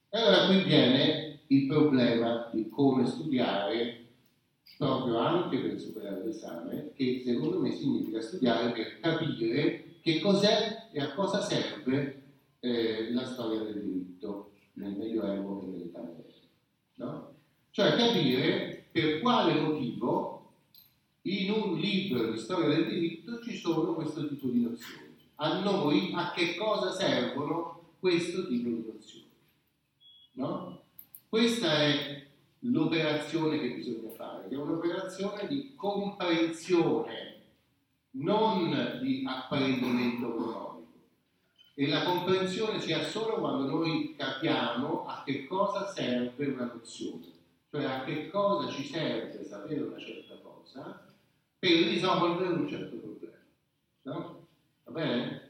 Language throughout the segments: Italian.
E allora qui viene il problema di come studiare proprio anche per superare l'esame, che secondo me significa studiare per capire che cos'è e a cosa serve la storia del diritto nel Medioevo e nell'età media, no? Cioè capire per quale motivo in un libro di storia del diritto ci sono questo tipo di nozioni. A noi a che cosa servono questo tipo di nozioni, no? Questa è l'operazione che bisogna fare, che è un'operazione di comprensione, non di apprendimento economico. E la comprensione si ha solo quando noi capiamo a che cosa serve una nozione, cioè a che cosa ci serve sapere una certa cosa per risolvere un certo problema, no? Va bene?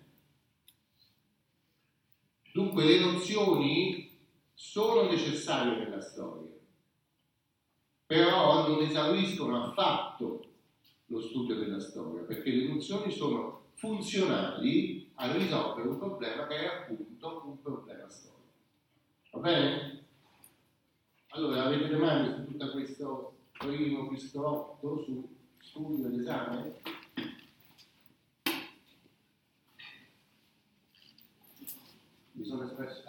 Dunque le nozioni sono necessarie nella storia, però non esauriscono affatto lo studio della storia, perché le nozioni sono funzionali a risolvere un problema che è appunto un problema storico. Va bene? Allora, avete domande su tutto questo primo pistolotto, su studio ed esame? Mi sono espresso?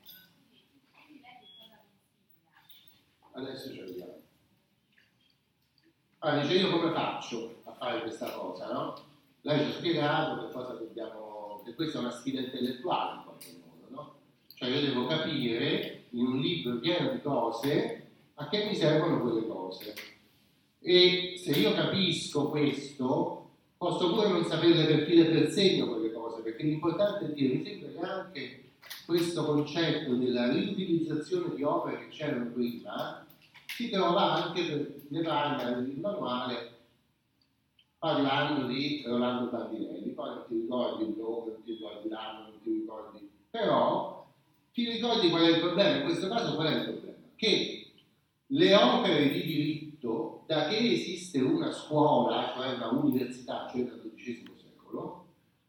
Adesso ci arriviamo. Allora, dice io come faccio a fare questa cosa, no? Lei ci ha spiegato che cosa dobbiamo, che questa è una sfida intellettuale in qualche modo, no? Cioè io devo capire in un libro pieno di cose a che mi servono quelle cose. E se io capisco questo, posso pure non saperle per filo e per segno quelle cose, perché l'importante è dire, mi sembra che anche questo concetto della riutilizzazione di opere che c'erano prima si trova anche nelle pagine del manuale parlando di Rolando Bandinelli, poi non ti ricordi il nome, non ti ricordi l'anno, non ti ricordi, però ti ricordi qual è il problema? In questo caso qual è il problema? Che le opere di diritto, da che esiste una scuola, cioè una università, cioè dal XII secolo,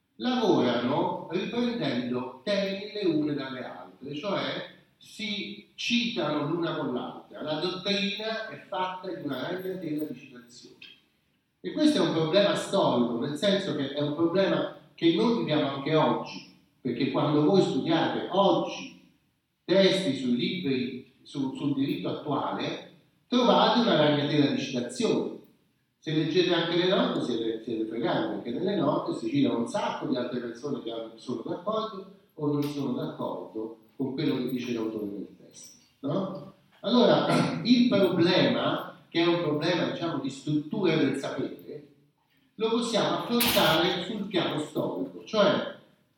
lavorano riprendendo temi le une dalle altre, cioè si citano l'una con l'altra. La dottrina è fatta di una ragnatela di citazioni. E questo è un problema storico, nel senso che è un problema che noi viviamo anche oggi, perché quando voi studiate oggi testi sui libri sul diritto attuale, trovate una ragnatela di citazioni. Se leggete anche le note siete fregati, perché nelle note si citano un sacco di altre persone che sono d'accordo o non sono d'accordo con quello che dice l'autore del testo, no? Allora, il problema, che è un problema diciamo di struttura del sapere, lo possiamo affrontare sul piano storico, cioè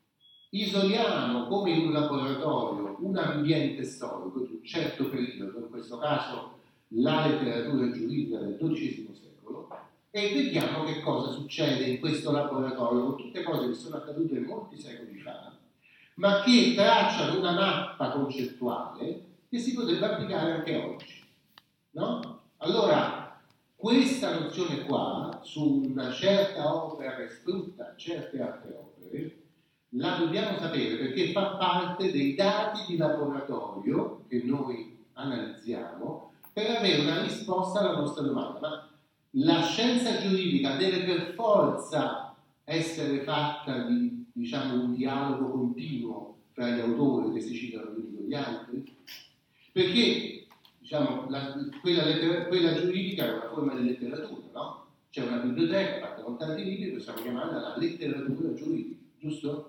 isoliamo come in un laboratorio un ambiente storico di un certo periodo, in questo caso la letteratura giuridica del XII secolo, e vediamo che cosa succede in questo laboratorio con tutte cose che sono accadute molti secoli fa, ma che tracciano una mappa concettuale che si potrebbe applicare anche oggi, no? Allora, questa nozione qua, su una certa opera che sfrutta certe altre opere, la dobbiamo sapere perché fa parte dei dati di laboratorio che noi analizziamo per avere una risposta alla nostra domanda. Ma la scienza giuridica deve per forza essere fatta di, diciamo, un dialogo continuo tra gli autori che si citano l'uni con gli altri? Perché, diciamo, quella giuridica è una forma di letteratura, no? C'è una biblioteca fatta con tanti libri, possiamo chiamarla la letteratura giuridica, giusto?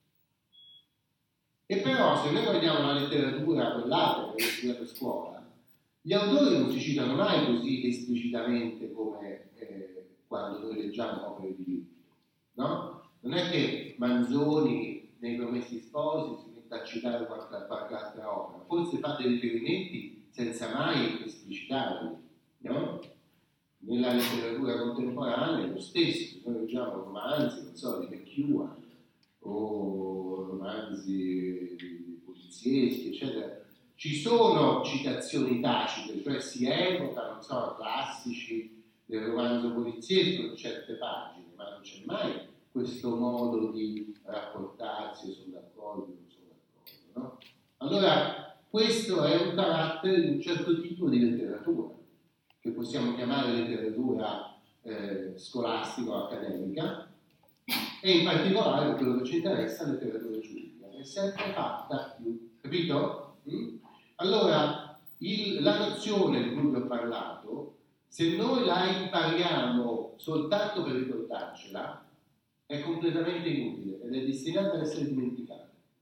E però se noi guardiamo la letteratura quell'altra che studia per scuola, gli autori non si citano mai così esplicitamente come quando noi leggiamo opere di diritto, no? Non è che Manzoni nei Promessi Sposi si mette a citare qualche altra opera, forse fa dei riferimenti senza mai esplicitarli, no? Nella letteratura contemporanea è lo stesso, noi leggiamo romanzi, non so, di McEwan o romanzi polizieschi, eccetera, ci sono citazioni tacite, cioè si evoca, non so, classici del romanzo poliziesco in certe pagine, ma non c'è mai questo modo di rapportarsi, sono d'accordo, non sono d'accordo, no? Allora, Questo è un carattere di un certo tipo di letteratura, che possiamo chiamare letteratura scolastica o accademica, e in particolare quello che ci interessa è la letteratura giuridica, è sempre fatta, capito? Allora, la nozione di cui vi ho parlato, se noi la impariamo soltanto per ricordarcela, è completamente inutile ed è destinata ad essere dimenticata.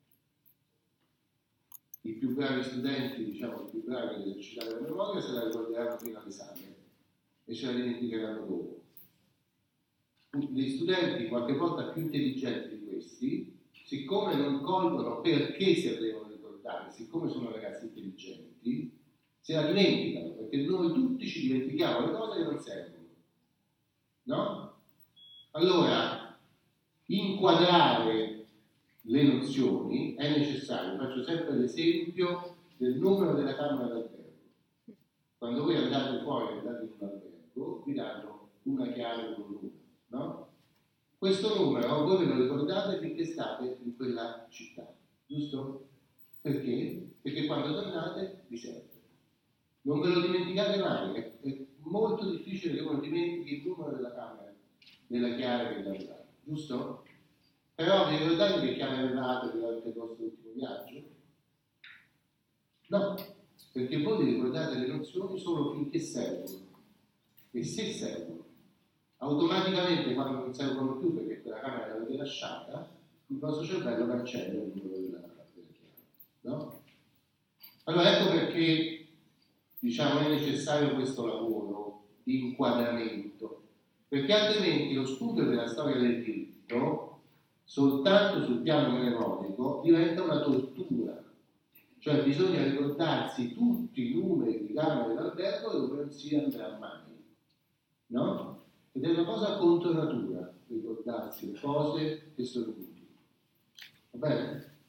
I più bravi studenti, diciamo, i più bravi ad esercitare la memoria, se la ricorderanno fino all'esame e ce la dimenticheranno dopo. Gli studenti, qualche volta più intelligenti di questi, siccome non colgono perché se la devono ricordare, siccome sono ragazzi intelligenti, se la dimenticano, perché noi tutti ci dimentichiamo le cose che non servono, no? Allora, inquadrare le nozioni è necessario. Faccio sempre l'esempio del numero della camera d'albergo. Quando voi andate fuori e andate in un albergo, vi danno una chiave con un numero, no? Questo numero voi ve lo ricordate finché state in quella città, giusto? Perché? Perché quando tornate vi serve. Non ve lo dimenticate mai, è molto difficile che uno dimentichi il numero della camera, della chiave che dà, giusto? Però vi ricordate che chiave avevate durante il vostro ultimo viaggio? No, perché voi vi ricordate le nozioni solo finché servono. E se servono, automaticamente quando non servono più perché quella camera l'avete lasciata, il vostro cervello cancella il numero della chiave. No? Allora ecco perché diciamo è necessario questo lavoro di inquadramento, perché altrimenti lo studio della storia del diritto soltanto sul piano mnemonico diventa una tortura, cioè bisogna ricordarsi tutti i numeri di camere d'albergo dove non si andrà mai, no? Ed è una cosa contro natura ricordarsi le cose che sono utili, va bene?